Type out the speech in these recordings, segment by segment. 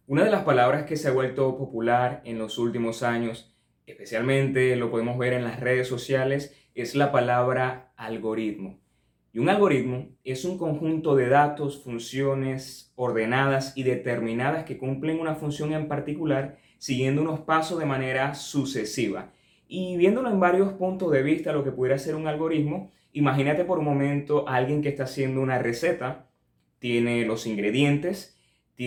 Una de las palabras que se ha vuelto popular en los últimos años, especialmente lo podemos ver en las redes sociales, es la palabra algoritmo. Y un algoritmo es un conjunto de datos, funciones ordenadas y determinadas que cumplen una función en particular siguiendo unos pasos de manera sucesiva. Y viéndolo en varios puntos de vista, lo que pudiera ser un algoritmo, imagínate por un momento a alguien que está haciendo una receta, tiene los ingredientes,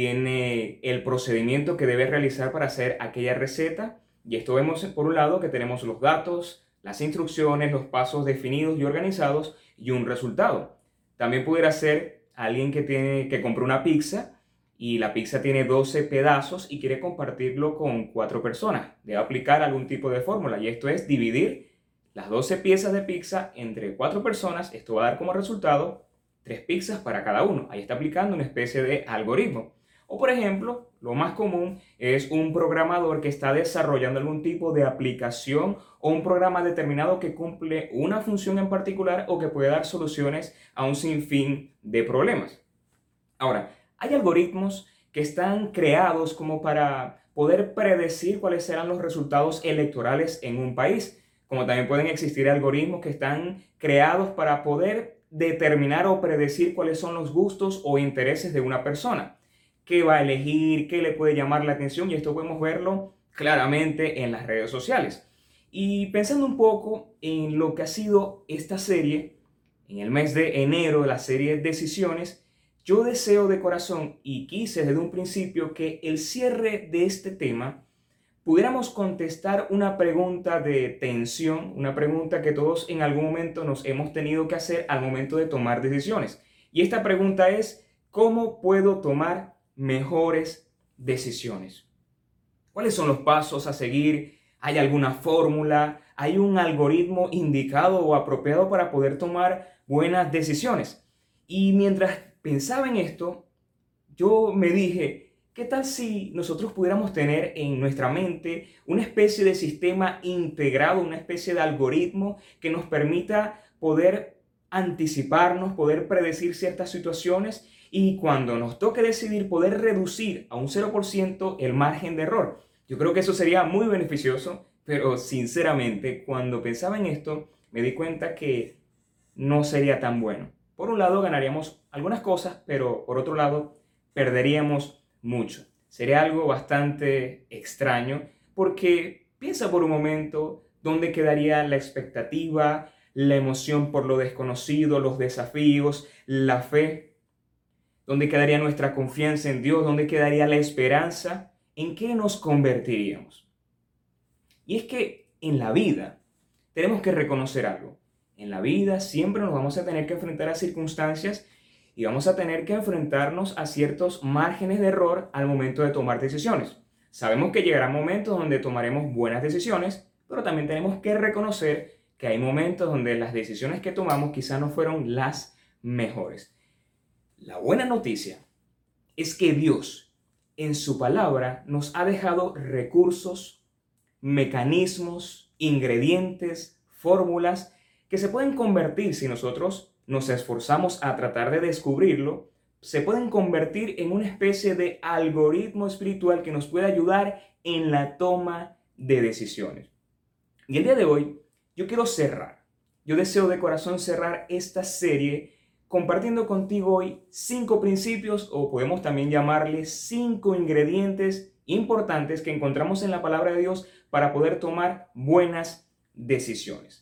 tiene el procedimiento que debe realizar para hacer aquella receta. Y esto vemos por un lado que tenemos los datos, las instrucciones, los pasos definidos y organizados y un resultado. También pudiera ser alguien que compró una pizza y la pizza tiene 12 pedazos y quiere compartirlo con 4 personas. Debe aplicar algún tipo de fórmula y esto es dividir las 12 piezas de pizza entre 4 personas. Esto va a dar como resultado 3 pizzas para cada uno. Ahí está aplicando una especie de algoritmo. O por ejemplo, lo más común es un programador que está desarrollando algún tipo de aplicación o un programa determinado que cumple una función en particular o que puede dar soluciones a un sinfín de problemas. Ahora, hay algoritmos que están creados como para poder predecir cuáles serán los resultados electorales en un país, como también pueden existir algoritmos que están creados para poder determinar o predecir cuáles son los gustos o intereses de una persona, qué va a elegir, qué le puede llamar la atención, y esto podemos verlo claramente en las redes sociales. Y pensando un poco en lo que ha sido esta serie, en el mes de enero, la serie Decisiones, yo deseo de corazón y quise desde un principio que el cierre de este tema pudiéramos contestar una pregunta de tensión, una pregunta que todos en algún momento nos hemos tenido que hacer al momento de tomar decisiones. Y esta pregunta es, ¿cómo puedo tomar mejores decisiones? ¿Cuáles son los pasos a seguir? ¿Hay alguna fórmula? ¿Hay un algoritmo indicado o apropiado para poder tomar buenas decisiones? Y mientras pensaba en esto, yo me dije, ¿qué tal si nosotros pudiéramos tener en nuestra mente una especie de sistema integrado, una especie de algoritmo que nos permita poder anticiparnos, poder predecir ciertas situaciones y cuando nos toque decidir poder reducir a un 0% el margen de error? Yo creo que eso sería muy beneficioso, pero sinceramente cuando pensaba en esto me di cuenta que no sería tan bueno. Por un lado ganaríamos algunas cosas, pero por otro lado perderíamos mucho. Sería algo bastante extraño porque piensa por un momento dónde quedaría la expectativa, la emoción por lo desconocido, los desafíos, la fe, dónde quedaría nuestra confianza en Dios, dónde quedaría la esperanza, en qué nos convertiríamos. Y es que en la vida tenemos que reconocer algo. En la vida siempre nos vamos a tener que enfrentar a circunstancias y vamos a tener que enfrentarnos a ciertos márgenes de error al momento de tomar decisiones. Sabemos que llegarán momentos donde tomaremos buenas decisiones, pero también tenemos que reconocer que hay momentos donde las decisiones que tomamos quizás no fueron las mejores. La buena noticia es que Dios en su palabra nos ha dejado recursos, mecanismos, ingredientes, fórmulas que se pueden convertir, si nosotros nos esforzamos a tratar de descubrirlo, se pueden convertir en una especie de algoritmo espiritual que nos puede ayudar en la toma de decisiones. Y el día de hoy yo quiero cerrar, yo deseo de corazón cerrar esta serie compartiendo contigo hoy 5 principios, o podemos también llamarles 5 ingredientes importantes que encontramos en la palabra de Dios para poder tomar buenas decisiones.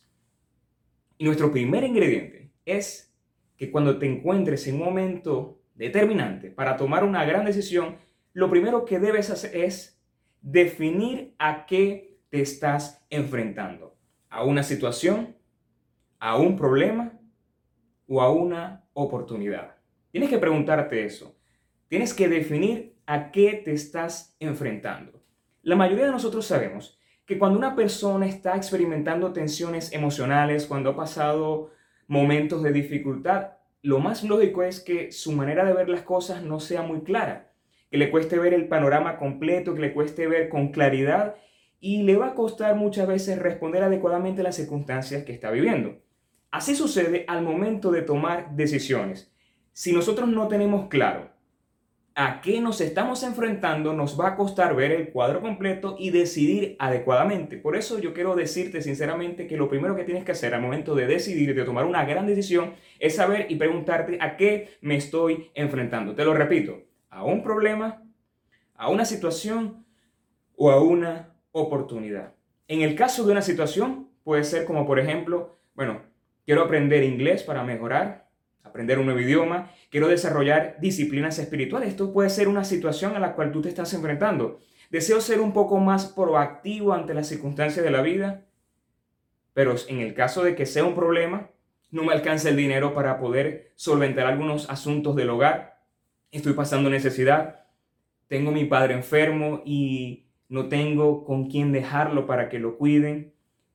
Y nuestro primer ingrediente es que cuando te encuentres en un momento determinante para tomar una gran decisión, lo primero que debes hacer es definir a qué te estás enfrentando. ¿A una situación? ¿A un problema? ¿O a una oportunidad? Tienes que preguntarte eso. Tienes que definir a qué te estás enfrentando. La mayoría de nosotros sabemos que cuando una persona está experimentando tensiones emocionales, cuando ha pasado momentos de dificultad, lo más lógico es que su manera de ver las cosas no sea muy clara, que le cueste ver el panorama completo, que le cueste ver con claridad y le va a costar muchas veces responder adecuadamente a las circunstancias que está viviendo. Así sucede al momento de tomar decisiones. Si nosotros no tenemos claro a qué nos estamos enfrentando, nos va a costar ver el cuadro completo y decidir adecuadamente. Por eso yo quiero decirte sinceramente que lo primero que tienes que hacer al momento de decidir, de tomar una gran decisión, es saber y preguntarte a qué me estoy enfrentando. Te lo repito, a un problema, a una situación o a una oportunidad. En el caso de una situación, puede ser como por ejemplo, bueno, quiero aprender inglés para mejorar, aprender un nuevo idioma, quiero desarrollar disciplinas espirituales. Esto puede ser una situación a la cual tú te estás enfrentando. Deseo ser un poco más proactivo ante las circunstancias de la vida, pero en el caso de que sea un problema, no me alcanza el dinero para poder solventar algunos asuntos del hogar, estoy pasando necesidad, tengo a mi padre enfermo y no tengo con quién dejarlo para que lo cuiden,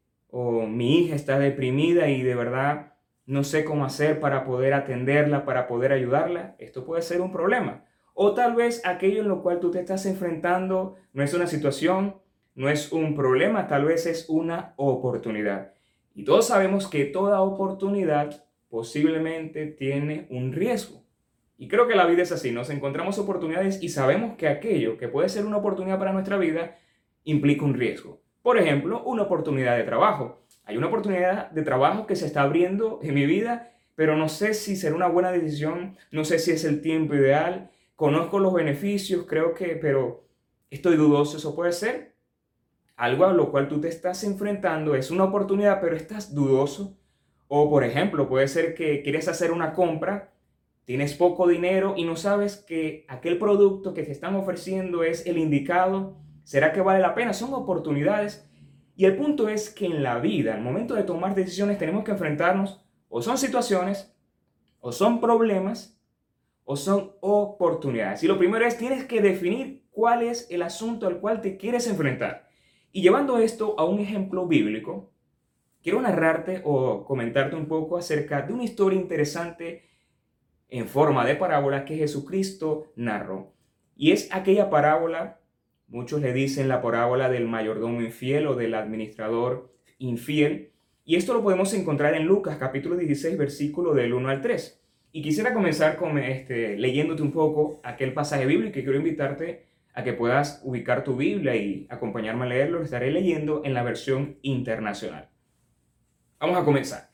o mi hija está deprimida y de verdad no sé cómo hacer para poder atenderla, para poder ayudarla. Esto puede ser un problema. O tal vez aquello en lo cual tú te estás enfrentando no es una situación, no es un problema, tal vez es una oportunidad. Y todos sabemos que toda oportunidad posiblemente tiene un riesgo. Y creo que la vida es así, nos encontramos oportunidades y sabemos que aquello que puede ser una oportunidad para nuestra vida implica un riesgo. Por ejemplo, una oportunidad de trabajo. Hay una oportunidad de trabajo que se está abriendo en mi vida, pero no sé si será una buena decisión, no sé si es el tiempo ideal, conozco los beneficios, creo que, pero estoy dudoso, eso puede ser. Algo a lo cual tú te estás enfrentando es una oportunidad, pero estás dudoso. O, por ejemplo, puede ser que quieres hacer una compra, tienes poco dinero y no sabes que aquel producto que te están ofreciendo es el indicado. ¿Será que vale la pena? Son oportunidades. Y el punto es que en la vida, al momento de tomar decisiones, tenemos que enfrentarnos o son situaciones, o son problemas, o son oportunidades. Y lo primero es, tienes que definir cuál es el asunto al cual te quieres enfrentar. Y llevando esto a un ejemplo bíblico, quiero narrarte o comentarte un poco acerca de una historia interesante en forma de parábola que Jesucristo narró. Y es aquella parábola, muchos le dicen la parábola del mayordomo infiel o del administrador infiel. Y esto lo podemos encontrar en Lucas capítulo 16, versículo del 1 al 3. Y quisiera comenzar con leyéndote un poco aquel pasaje bíblico y quiero invitarte a que puedas ubicar tu Biblia y acompañarme a leerlo. Lo estaré leyendo en la versión internacional. Vamos a comenzar.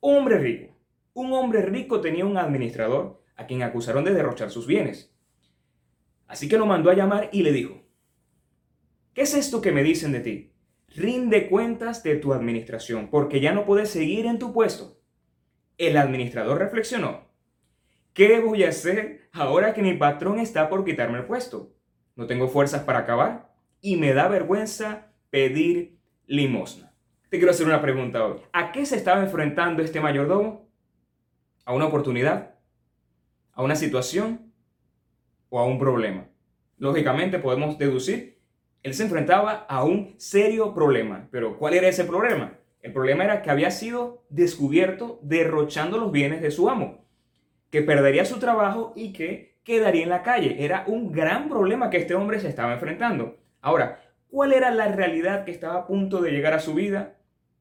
Un hombre rico tenía un administrador a quien acusaron de derrochar sus bienes. Así que lo mandó a llamar y le dijo: ¿qué es esto que me dicen de ti? Rinde cuentas de tu administración, porque ya no puedes seguir en tu puesto. El administrador reflexionó: ¿qué voy a hacer ahora que mi patrón está por quitarme el puesto? No tengo fuerzas para acabar y me da vergüenza pedir limosna. Te quiero hacer una pregunta hoy. ¿A qué se estaba enfrentando este mayordomo? ¿A una oportunidad? ¿A una situación? ¿O a un problema? Lógicamente podemos deducir, él se enfrentaba a un serio problema. Pero ¿cuál era ese problema? El problema era que había sido descubierto derrochando los bienes de su amo, que perdería su trabajo y que quedaría en la calle. Era un gran problema que este hombre se estaba enfrentando. Ahora, ¿cuál era la realidad que estaba a punto de llegar a su vida?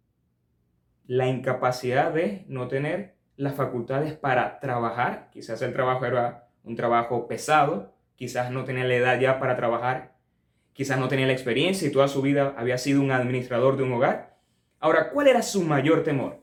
La incapacidad de no tener las facultades para trabajar. Quizás el trabajo era un trabajo pesado, quizás no tenía la edad ya para trabajar, quizás no tenía la experiencia y toda su vida había sido un administrador de un hogar. Ahora, ¿cuál era su mayor temor?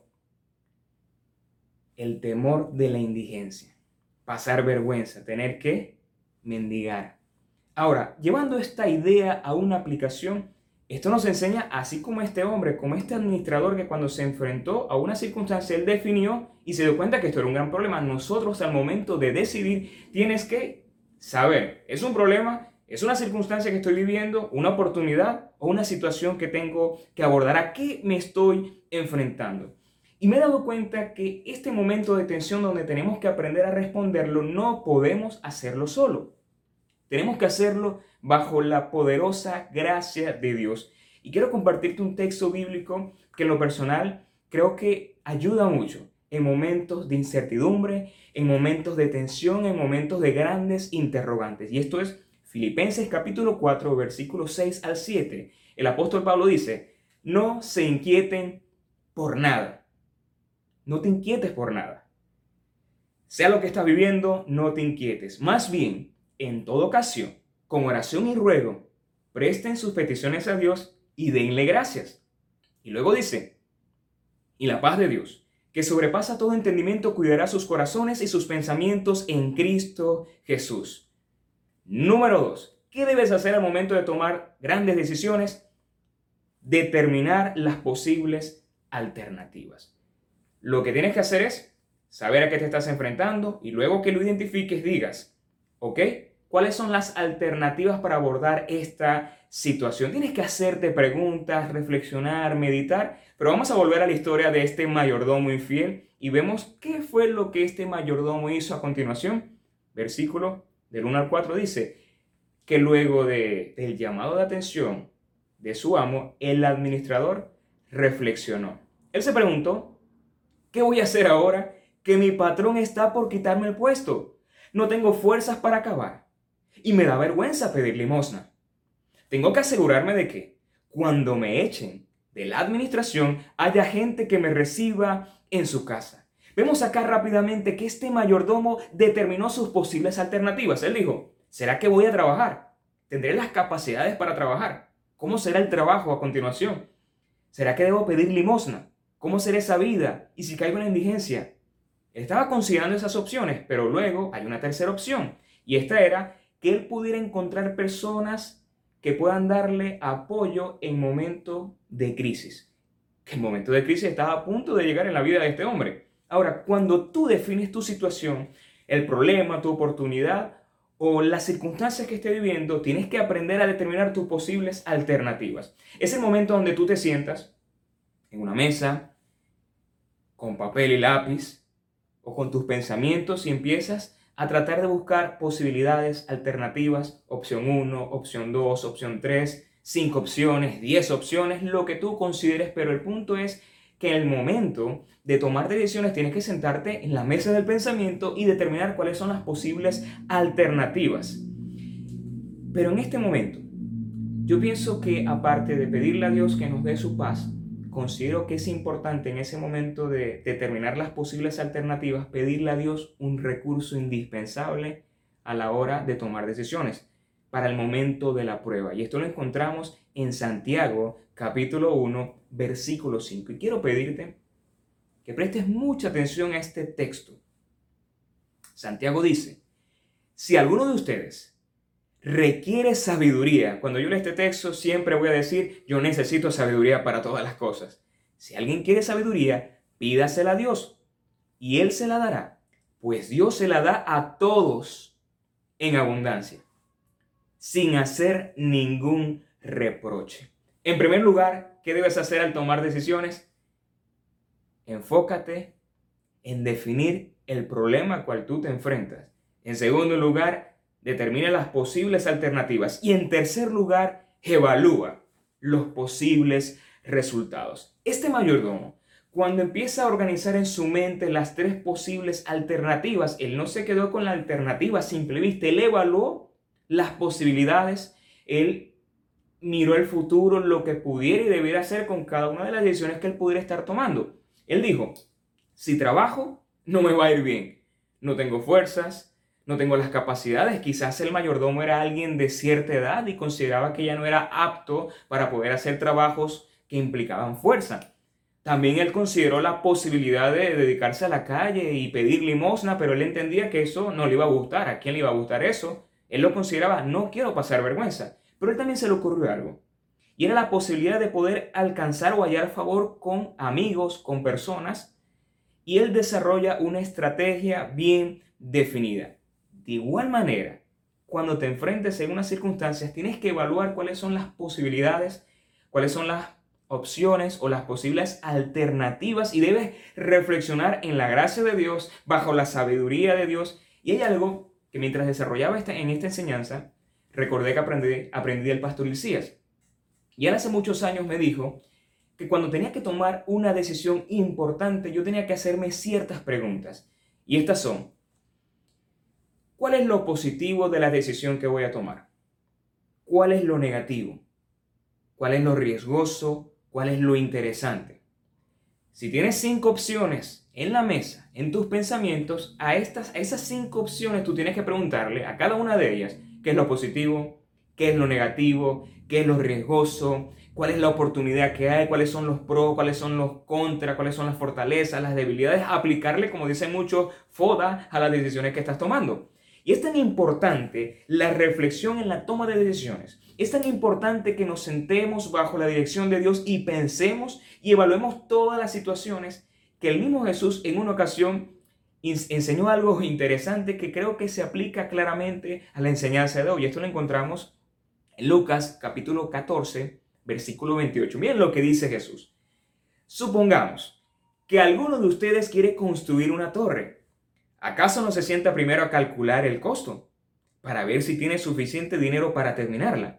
El temor de la indigencia, pasar vergüenza, tener que mendigar. Ahora, llevando esta idea a una aplicación, esto nos enseña, así como este hombre, como este administrador que cuando se enfrentó a una circunstancia, él definió y se dio cuenta que esto era un gran problema. Nosotros al momento de decidir tienes que saber, ¿es un problema? ¿Es una circunstancia que estoy viviendo? ¿Una oportunidad? ¿O una situación que tengo que abordar? ¿A qué me estoy enfrentando? Y me he dado cuenta que este momento de tensión donde tenemos que aprender a responderlo, no podemos hacerlo solo. Tenemos que hacerlo bajo la poderosa gracia de Dios. Y quiero compartirte un texto bíblico que en lo personal creo que ayuda mucho en momentos de incertidumbre, en momentos de tensión, en momentos de grandes interrogantes. Y esto es Filipenses capítulo 4, versículos 6 al 7. El apóstol Pablo dice: no se inquieten por nada. No te inquietes por nada. Sea lo que estás viviendo, no te inquietes. Más bien, en toda ocasión, con oración y ruego, presten sus peticiones a Dios y denle gracias. Y luego dice, y la paz de Dios, que sobrepasa todo entendimiento, cuidará sus corazones y sus pensamientos en Cristo Jesús. Número 2. ¿Qué debes hacer al momento de tomar grandes decisiones? Determinar las posibles alternativas. Lo que tienes que hacer es saber a qué te estás enfrentando y luego que lo identifiques digas, ¿ok? ¿Cuáles son las alternativas para abordar esta situación? Tienes que hacerte preguntas, reflexionar, meditar, pero vamos a volver a la historia de este mayordomo infiel y vemos qué fue lo que este mayordomo hizo a continuación. Versículo del 1 al 4 dice que luego del llamado de atención de su amo, el administrador reflexionó. Él se preguntó, ¿qué voy a hacer ahora que mi patrón está por quitarme el puesto? No tengo fuerzas para acabar y me da vergüenza pedir limosna. Tengo que asegurarme de que cuando me echen de la administración haya gente que me reciba en su casa. Vemos acá rápidamente que este mayordomo determinó sus posibles alternativas. Él dijo, ¿será que voy a trabajar? ¿Tendré las capacidades para trabajar? ¿Cómo será el trabajo a continuación? ¿Será que debo pedir limosna? ¿Cómo será esa vida? ¿Y si caigo en la indigencia? Él estaba considerando esas opciones, pero luego hay una tercera opción. Y esta era que él pudiera encontrar personas que puedan darle apoyo en momento de crisis. Que el momento de crisis estaba a punto de llegar en la vida de este hombre. Ahora, cuando tú defines tu situación, el problema, tu oportunidad o las circunstancias que estés viviendo, tienes que aprender a determinar tus posibles alternativas. Es el momento donde tú te sientas en una mesa, con papel y lápiz, o con tus pensamientos y empiezas a tratar de buscar posibilidades alternativas, opción 1, opción 2, opción 3, 5 opciones, 10 opciones, lo que tú consideres, pero el punto es que en el momento de tomar decisiones tienes que sentarte en la mesa del pensamiento y determinar cuáles son las posibles alternativas. Pero en este momento, yo pienso que aparte de pedirle a Dios que nos dé su paz, considero que es importante en ese momento de determinar las posibles alternativas, pedirle a Dios un recurso indispensable a la hora de tomar decisiones para el momento de la prueba. Y esto lo encontramos en Santiago, capítulo 1, versículo 5. Y quiero pedirte que prestes mucha atención a este texto. Santiago dice, si alguno de ustedes requiere sabiduría. Cuando yo leo este texto siempre voy a decir, yo necesito sabiduría para todas las cosas. Si alguien quiere sabiduría, pídasela a Dios y Él se la dará, pues Dios se la da a todos en abundancia, sin hacer ningún reproche. En primer lugar, ¿qué debes hacer al tomar decisiones? Enfócate en definir el problema al cual tú te enfrentas. En segundo lugar, determina las posibles alternativas. Y en tercer lugar, evalúa los posibles resultados. Este mayordomo, cuando empieza a organizar en su mente las tres posibles alternativas, él no se quedó con la alternativa a simple vista, él evaluó las posibilidades, él miró el futuro, lo que pudiera y debiera hacer con cada una de las decisiones que él pudiera estar tomando. Él dijo, si trabajo, no me va a ir bien, no tengo fuerzas, no tengo las capacidades. Quizás el mayordomo era alguien de cierta edad y consideraba que ya no era apto para poder hacer trabajos que implicaban fuerza. También él consideró la posibilidad de dedicarse a la calle y pedir limosna, pero él entendía que eso no le iba a gustar. ¿A quién le iba a gustar eso? Él lo consideraba, no quiero pasar vergüenza. Pero él también se le ocurrió algo. Y era la posibilidad de poder alcanzar o hallar favor con amigos, con personas. Y él desarrolla una estrategia bien definida. De igual manera, cuando te enfrentes en unas circunstancias, tienes que evaluar cuáles son las posibilidades, cuáles son las opciones o las posibles alternativas y debes reflexionar en la gracia de Dios, bajo la sabiduría de Dios. Y hay algo que mientras desarrollaba en esta enseñanza, recordé que aprendí del pastor Elías. Y él hace muchos años me dijo que cuando tenía que tomar una decisión importante, yo tenía que hacerme ciertas preguntas. Y estas son, ¿cuál es lo positivo de la decisión que voy a tomar? ¿Cuál es lo negativo? ¿Cuál es lo riesgoso? ¿Cuál es lo interesante? Si tienes 5 opciones en la mesa, en tus pensamientos, a esas 5 opciones tú tienes que preguntarle a cada una de ellas qué es lo positivo, qué es lo negativo, qué es lo riesgoso, cuál es la oportunidad que hay, cuáles son los pros, cuáles son los contras, cuáles son las fortalezas, las debilidades, aplicarle, como dicen muchos, FODA a las decisiones que estás tomando. Y es tan importante la reflexión en la toma de decisiones. Es tan importante que nos sentemos bajo la dirección de Dios y pensemos y evaluemos todas las situaciones, que el mismo Jesús en una ocasión enseñó algo interesante que creo que se aplica claramente a la enseñanza de hoy. Esto lo encontramos en Lucas capítulo 14, versículo 28. Miren lo que dice Jesús. Supongamos que alguno de ustedes quiere construir una torre. ¿Acaso no se sienta primero a calcular el costo para ver si tiene suficiente dinero para terminarla?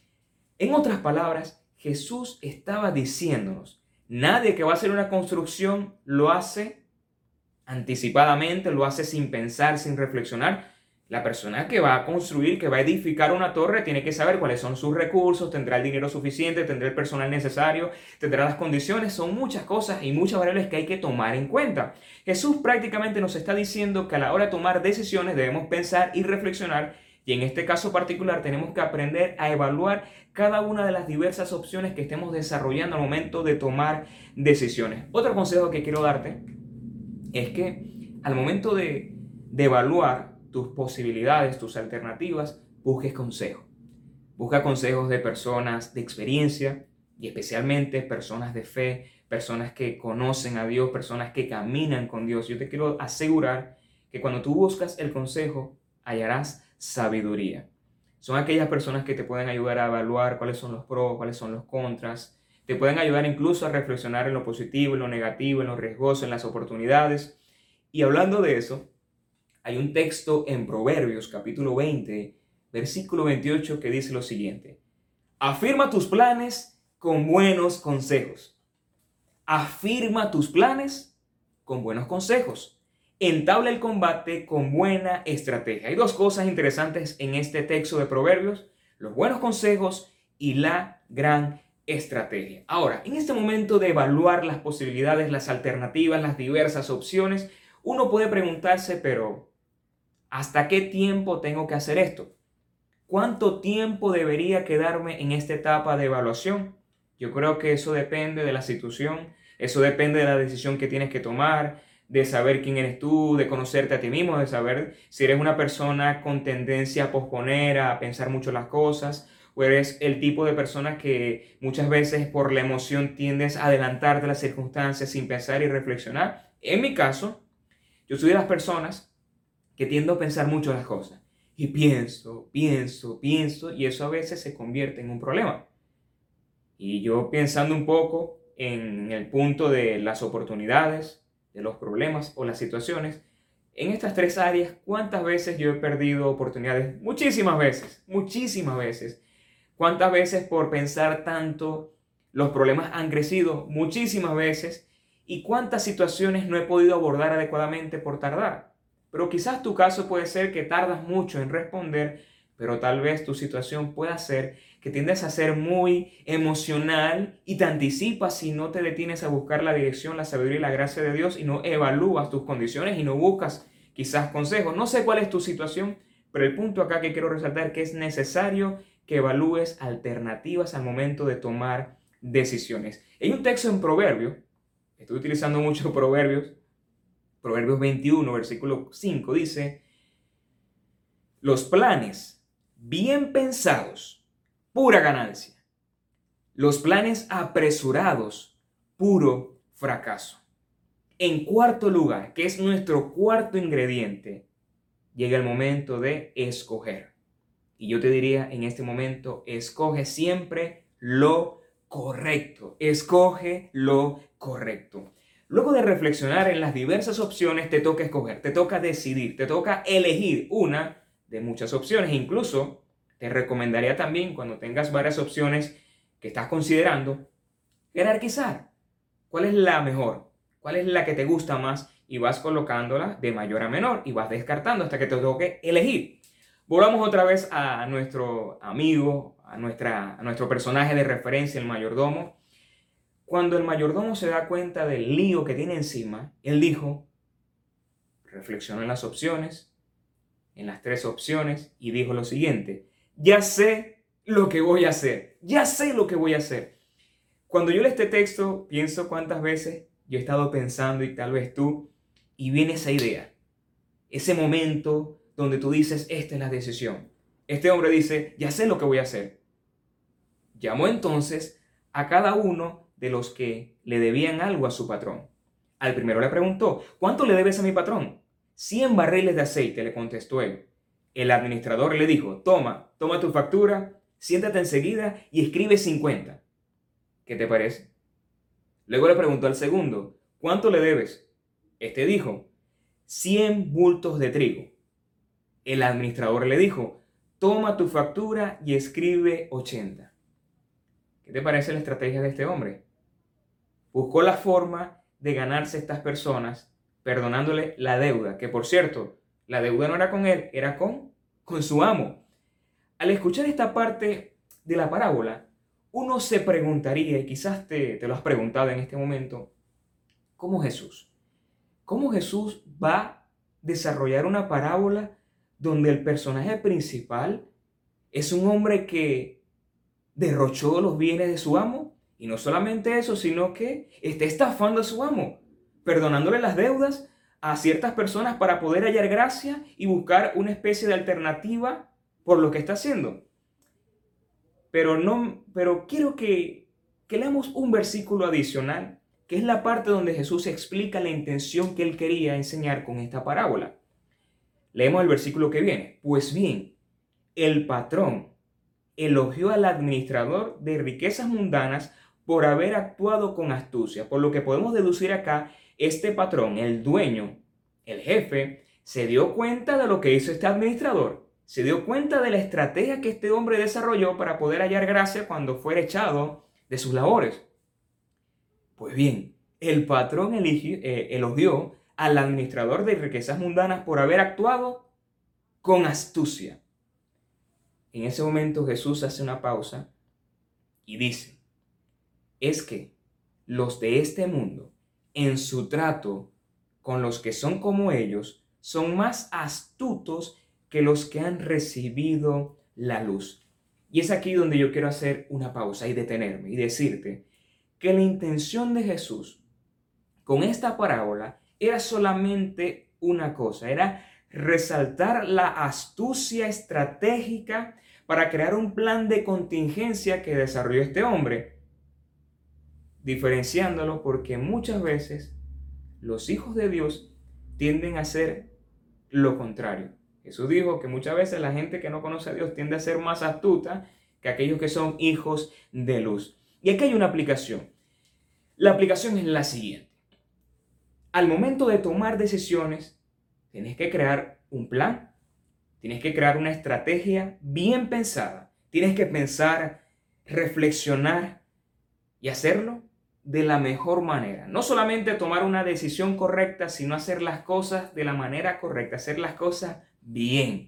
En otras palabras, Jesús estaba diciéndonos, nadie que va a hacer una construcción lo hace anticipadamente, lo hace sin pensar, sin reflexionar. La persona que va a construir, que va a edificar una torre, tiene que saber cuáles son sus recursos, tendrá el dinero suficiente, tendrá el personal necesario, tendrá las condiciones. Son muchas cosas y muchas variables que hay que tomar en cuenta. Jesús prácticamente nos está diciendo que a la hora de tomar decisiones debemos pensar y reflexionar, y en este caso particular tenemos que aprender a evaluar cada una de las diversas opciones que estemos desarrollando al momento de tomar decisiones. Otro consejo que quiero darte es que al momento de evaluar tus posibilidades, tus alternativas, busques consejo. Busca consejos de personas de experiencia y especialmente personas de fe, personas que conocen a Dios, personas que caminan con Dios. Yo te quiero asegurar que cuando tú buscas el consejo, hallarás sabiduría. Son aquellas personas que te pueden ayudar a evaluar cuáles son los pros, cuáles son los contras. Te pueden ayudar incluso a reflexionar en lo positivo, en lo negativo, en lo riesgoso, en las oportunidades. Y hablando de eso, hay un texto en Proverbios capítulo 20, versículo 28 que dice lo siguiente. Afirma tus planes con buenos consejos. Afirma tus planes con buenos consejos. Entabla el combate con buena estrategia. Hay 2 cosas interesantes en este texto de Proverbios, los buenos consejos y la gran estrategia. Ahora, en este momento de evaluar las posibilidades, las alternativas, las diversas opciones, uno puede preguntarse, pero ¿hasta qué tiempo tengo que hacer esto? ¿Cuánto tiempo debería quedarme en esta etapa de evaluación? Yo creo que eso depende de la situación, eso depende de la decisión que tienes que tomar, de saber quién eres tú, de conocerte a ti mismo, de saber si eres una persona con tendencia a posponer, a pensar mucho las cosas, o eres el tipo de persona que muchas veces por la emoción tiendes a adelantarte las circunstancias sin pensar y reflexionar. En mi caso, yo soy de las personas que tiendo a pensar mucho las cosas. Y pienso, y eso a veces se convierte en un problema. Y yo pensando un poco en el punto de las oportunidades, de los problemas o las situaciones, en estas 3 áreas, ¿cuántas veces yo he perdido oportunidades? Muchísimas veces, muchísimas veces. ¿Cuántas veces por pensar tanto los problemas han crecido? Muchísimas veces. ¿Y cuántas situaciones no he podido abordar adecuadamente por tardar? Pero quizás tu caso puede ser que tardas mucho en responder, pero tal vez tu situación pueda ser que tiendes a ser muy emocional y te anticipas si no te detienes a buscar la dirección, la sabiduría y la gracia de Dios y no evalúas tus condiciones y no buscas quizás consejos. No sé cuál es tu situación, pero el punto acá que quiero resaltar es que es necesario que evalúes alternativas al momento de tomar decisiones. Hay un texto en Proverbios, estoy utilizando mucho Proverbios 21, versículo 5, dice, los planes bien pensados, pura ganancia. Los planes apresurados, puro fracaso. En cuarto lugar, que es nuestro cuarto ingrediente, llega el momento de escoger. Y yo te diría en este momento, escoge siempre lo correcto. Escoge lo correcto. Luego de reflexionar en las diversas opciones, te toca escoger, te toca decidir, te toca elegir una de muchas opciones. Incluso te recomendaría también, cuando tengas varias opciones que estás considerando, jerarquizar. ¿Cuál es la mejor? ¿Cuál es la que te gusta más? Y vas colocándola de mayor a menor y vas descartando hasta que te toque elegir. Volvamos otra vez a nuestro amigo, a nuestro personaje de referencia, el mayordomo. Cuando el mayordomo se da cuenta del lío que tiene encima, él dijo, reflexionó en las opciones, en las tres opciones, y dijo lo siguiente: ya sé lo que voy a hacer, ya sé lo que voy a hacer. Cuando yo leo este texto, pienso cuántas veces yo he estado pensando, y tal vez tú, y viene esa idea, ese momento donde tú dices, esta es la decisión. Este hombre dice, ya sé lo que voy a hacer. Llamó entonces a cada uno de los que le debían algo a su patrón. Al primero le preguntó, ¿cuánto le debes a mi patrón? 100 barriles de aceite, le contestó él. El administrador le dijo, toma tu factura, siéntate enseguida y escribe 50. ¿Qué te parece? Luego le preguntó al segundo, ¿cuánto le debes? Este dijo, 100 bultos de trigo. El administrador le dijo, toma tu factura y escribe 80. ¿Qué te parece la estrategia de este hombre? Buscó la forma de ganarse a estas personas perdonándole la deuda, que por cierto, la deuda no era con él, era con su amo. Al escuchar esta parte de la parábola, uno se preguntaría, y quizás te lo has preguntado en este momento, ¿cómo Jesús va a desarrollar una parábola donde el personaje principal es un hombre que derrochó los bienes de su amo? Y no solamente eso, sino que está estafando a su amo, perdonándole las deudas a ciertas personas para poder hallar gracia y buscar una especie de alternativa por lo que está haciendo. Pero quiero que leamos un versículo adicional, que es la parte donde Jesús explica la intención que él quería enseñar con esta parábola. Leemos el versículo que viene. Pues bien, el patrón elogió al administrador de riquezas mundanas por haber actuado con astucia. Por lo que podemos deducir acá, este patrón, el dueño, el jefe, se dio cuenta de lo que hizo este administrador. Se dio cuenta de la estrategia que este hombre desarrolló para poder hallar gracia cuando fuera echado de sus labores. Pues bien, el patrón elogió al administrador de riquezas mundanas por haber actuado con astucia. En ese momento Jesús hace una pausa y dice, es que los de este mundo, en su trato con los que son como ellos, son más astutos que los que han recibido la luz. Y es aquí donde yo quiero hacer una pausa y detenerme y decirte que la intención de Jesús con esta parábola era solamente una cosa, era resaltar la astucia estratégica para crear un plan de contingencia que desarrolló este hombre, diferenciándolo porque muchas veces los hijos de Dios tienden a hacer lo contrario. Jesús dijo que muchas veces la gente que no conoce a Dios tiende a ser más astuta que aquellos que son hijos de luz. Y aquí hay una aplicación. La aplicación es la siguiente. Al momento de tomar decisiones, tienes que crear un plan, tienes que crear una estrategia bien pensada. Tienes que pensar, reflexionar y hacerlo de la mejor manera. No solamente tomar una decisión correcta, sino hacer las cosas de la manera correcta, hacer las cosas bien.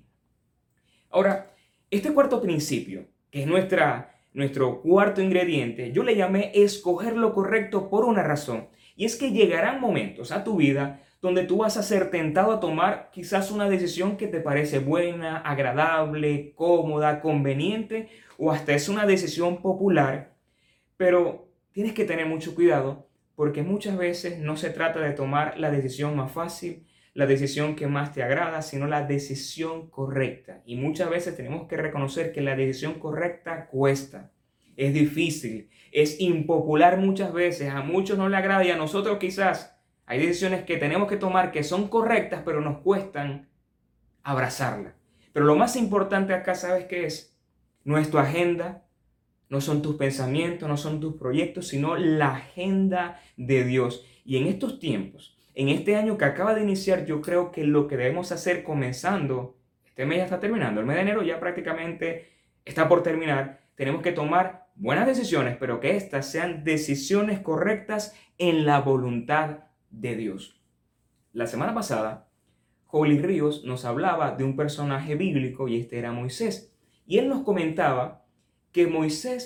Ahora, este cuarto principio, que es nuestro cuarto ingrediente, yo le llamé escoger lo correcto por una razón. Y es que llegarán momentos a tu vida donde tú vas a ser tentado a tomar quizás una decisión que te parece buena, agradable, cómoda, conveniente, o hasta es una decisión popular, pero tienes que tener mucho cuidado porque muchas veces no se trata de tomar la decisión más fácil, la decisión que más te agrada, sino la decisión correcta. Y muchas veces tenemos que reconocer que la decisión correcta cuesta, es difícil, es impopular muchas veces, a muchos no le agrada y a nosotros quizás hay decisiones que tenemos que tomar que son correctas, pero nos cuestan abrazarla. Pero lo más importante acá, ¿sabes qué es? No es tu agenda, no son tus pensamientos, no son tus proyectos, sino la agenda de Dios. Y en estos tiempos, en este año que acaba de iniciar, yo creo que lo que debemos hacer comenzando, este mes ya está terminando, el mes de enero ya prácticamente está por terminar, tenemos que tomar buenas decisiones, pero que éstas sean decisiones correctas en la voluntad de Dios. La semana pasada, Holly Ríos nos hablaba de un personaje bíblico y este era Moisés. Y él nos comentaba que Moisés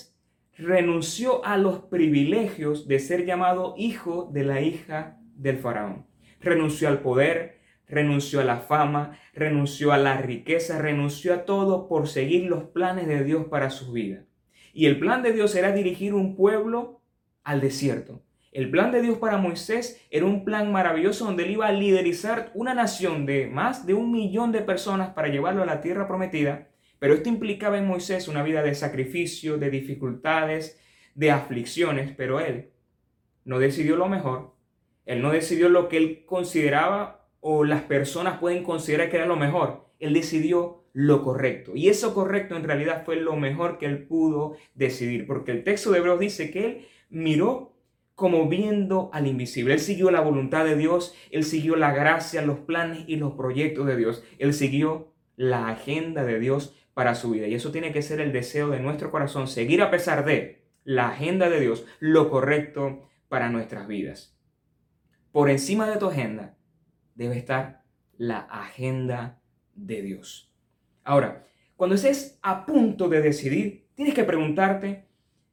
renunció a los privilegios de ser llamado hijo de la hija del faraón. Renunció al poder, renunció a la fama, renunció a la riqueza, renunció a todo por seguir los planes de Dios para su vida. Y el plan de Dios era dirigir un pueblo al desierto. El plan de Dios para Moisés era un plan maravilloso donde él iba a liderizar una nación de más de 1 millón de personas para llevarlo a la tierra prometida. Pero esto implicaba en Moisés una vida de sacrificio, de dificultades, de aflicciones. Pero él no decidió lo mejor. Él no decidió lo que él consideraba o las personas pueden considerar que era lo mejor. Él decidió lo correcto. Y eso correcto en realidad fue lo mejor que él pudo decidir. Porque el texto de Hebreos dice que él miró como viendo al invisible. Él siguió la voluntad de Dios. Él siguió la gracia, los planes y los proyectos de Dios. Él siguió la agenda de Dios para su vida. Y eso tiene que ser el deseo de nuestro corazón. Seguir a pesar de la agenda de Dios, lo correcto para nuestras vidas. Por encima de tu agenda debe estar la agenda de Dios. Ahora, cuando estés a punto de decidir, tienes que preguntarte,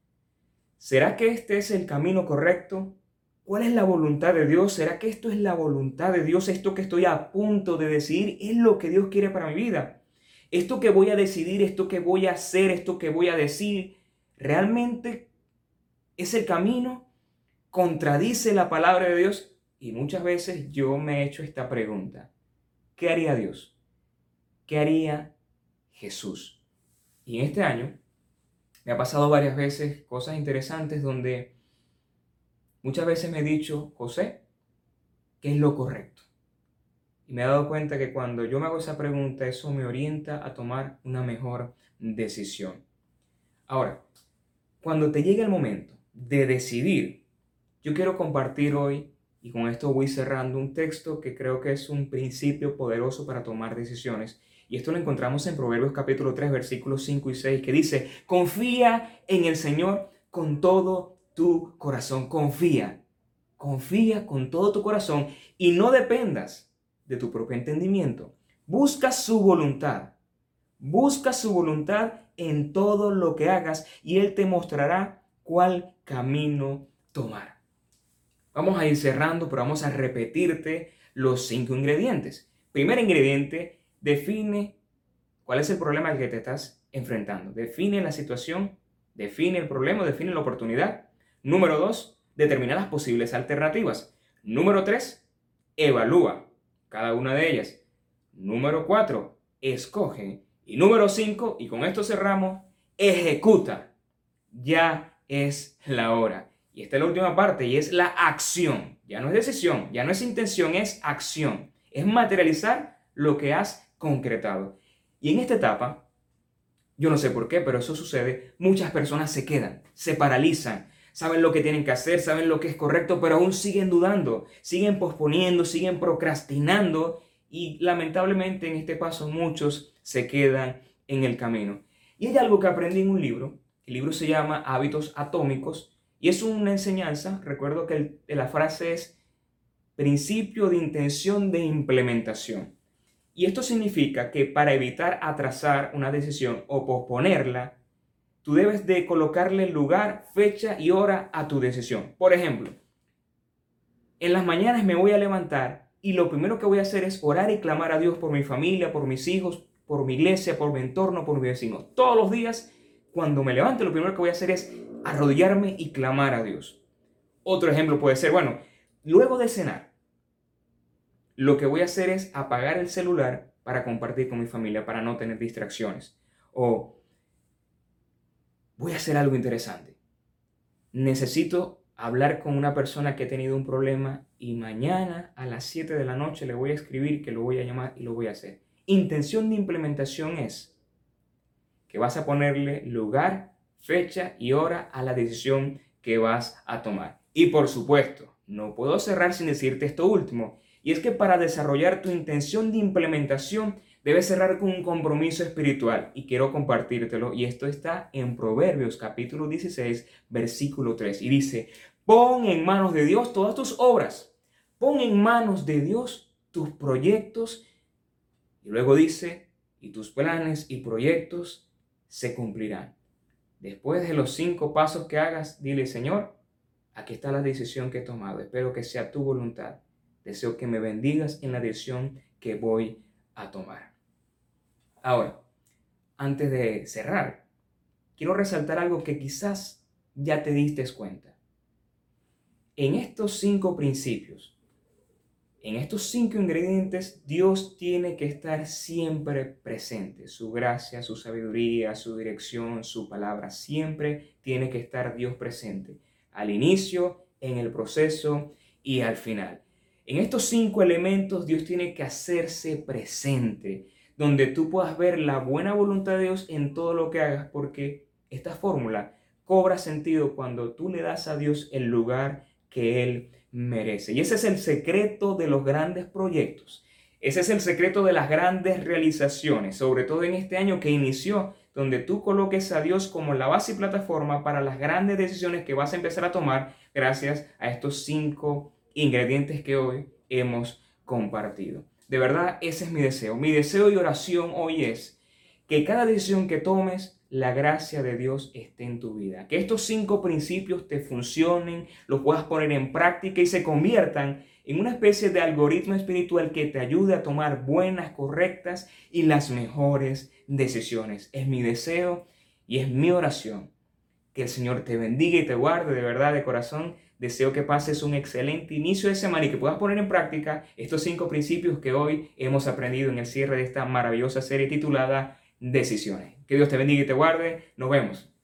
¿será que este es el camino correcto? ¿Cuál es la voluntad de Dios? ¿Será que esto es la voluntad de Dios? ¿Esto que estoy a punto de decidir es lo que Dios quiere para mi vida? ¿Esto que voy a decidir, esto que voy a hacer, esto que voy a decir, realmente es el camino? ¿Contradice la palabra de Dios? Y muchas veces yo me he hecho esta pregunta. ¿Qué haría Dios? ¿Qué haría Jesús? Y en este año me ha pasado varias veces cosas interesantes donde muchas veces me he dicho, José, ¿qué es lo correcto? Y me he dado cuenta que cuando yo me hago esa pregunta, eso me orienta a tomar una mejor decisión. Ahora, cuando te llegue el momento de decidir, yo quiero compartir hoy, y con esto voy cerrando, un texto que creo que es un principio poderoso para tomar decisiones. Y esto lo encontramos en Proverbios capítulo 3, versículos 5 y 6, que dice, confía en el Señor con todo tu corazón. Confía con todo tu corazón y no dependas de tu propio entendimiento. Busca su voluntad en todo lo que hagas y Él te mostrará cuál camino tomar. Vamos a ir cerrando, pero vamos a repetirte los 5 ingredientes. Primer ingrediente, define cuál es el problema al que te estás enfrentando. Define la situación, define el problema, define la oportunidad. Número 2, determina las posibles alternativas. Número 3, evalúa cada una de ellas. Número 4, escoge. Y número 5, y con esto cerramos, ejecuta. Ya es la hora. Y esta es la última parte y es la acción. Ya no es decisión, ya no es intención, es acción. Es materializar lo que has concretado. Y en esta etapa, yo no sé por qué, pero eso sucede, muchas personas se quedan, se paralizan, saben lo que tienen que hacer, saben lo que es correcto, pero aún siguen dudando, siguen posponiendo, siguen procrastinando y lamentablemente en este paso muchos se quedan en el camino. Y hay algo que aprendí en un libro, el libro se llama Hábitos Atómicos, y es una enseñanza, recuerdo que la frase es principio de intención de implementación. Y esto significa que para evitar atrasar una decisión o posponerla, tú debes de colocarle lugar, fecha y hora a tu decisión. Por ejemplo, en las mañanas me voy a levantar y lo primero que voy a hacer es orar y clamar a Dios por mi familia, por mis hijos, por mi iglesia, por mi entorno, por mis vecinos. Todos los días, cuando me levante, lo primero que voy a hacer es arrodillarme y clamar a Dios. Otro ejemplo puede ser, luego de cenar, lo que voy a hacer es apagar el celular para compartir con mi familia, para no tener distracciones. O voy a hacer algo interesante. Necesito hablar con una persona que ha tenido un problema y mañana a las 7 de la noche le voy a escribir que lo voy a llamar y lo voy a hacer. Intención de implementación es que vas a ponerle lugar, fecha y hora a la decisión que vas a tomar. Y por supuesto, no puedo cerrar sin decirte esto último, y es que para desarrollar tu intención de implementación debes cerrar con un compromiso espiritual, y quiero compartírtelo, y esto está en Proverbios capítulo 16, versículo 3, y dice, pon en manos de Dios todas tus obras, pon en manos de Dios tus proyectos, y luego dice, y tus planes y proyectos se cumplirán. Después de los 5 pasos que hagas, dile, Señor, aquí está la decisión que he tomado. Espero que sea tu voluntad. Deseo que me bendigas en la decisión que voy a tomar. Ahora, antes de cerrar, quiero resaltar algo que quizás ya te diste cuenta. En estos 5 principios, en estos 5 ingredientes, Dios tiene que estar siempre presente. Su gracia, su sabiduría, su dirección, su palabra, siempre tiene que estar Dios presente. Al inicio, en el proceso y al final. En estos 5 elementos, Dios tiene que hacerse presente, donde tú puedas ver la buena voluntad de Dios en todo lo que hagas, porque esta fórmula cobra sentido cuando tú le das a Dios el lugar que Él merece. Y ese es el secreto de los grandes proyectos. Ese es el secreto de las grandes realizaciones, sobre todo en este año que inició, donde tú coloques a Dios como la base y plataforma para las grandes decisiones que vas a empezar a tomar gracias a estos 5 ingredientes que hoy hemos compartido. De verdad, ese es mi deseo. Mi deseo y oración hoy es que cada decisión que tomes, la gracia de Dios esté en tu vida. Que estos 5 principios te funcionen, los puedas poner en práctica y se conviertan en una especie de algoritmo espiritual que te ayude a tomar buenas, correctas y las mejores decisiones. Es mi deseo y es mi oración. Que el Señor te bendiga y te guarde de verdad, de corazón. Deseo que pases un excelente inicio de semana y que puedas poner en práctica estos 5 principios que hoy hemos aprendido en el cierre de esta maravillosa serie titulada Decisiones. Que Dios te bendiga y te guarde. Nos vemos.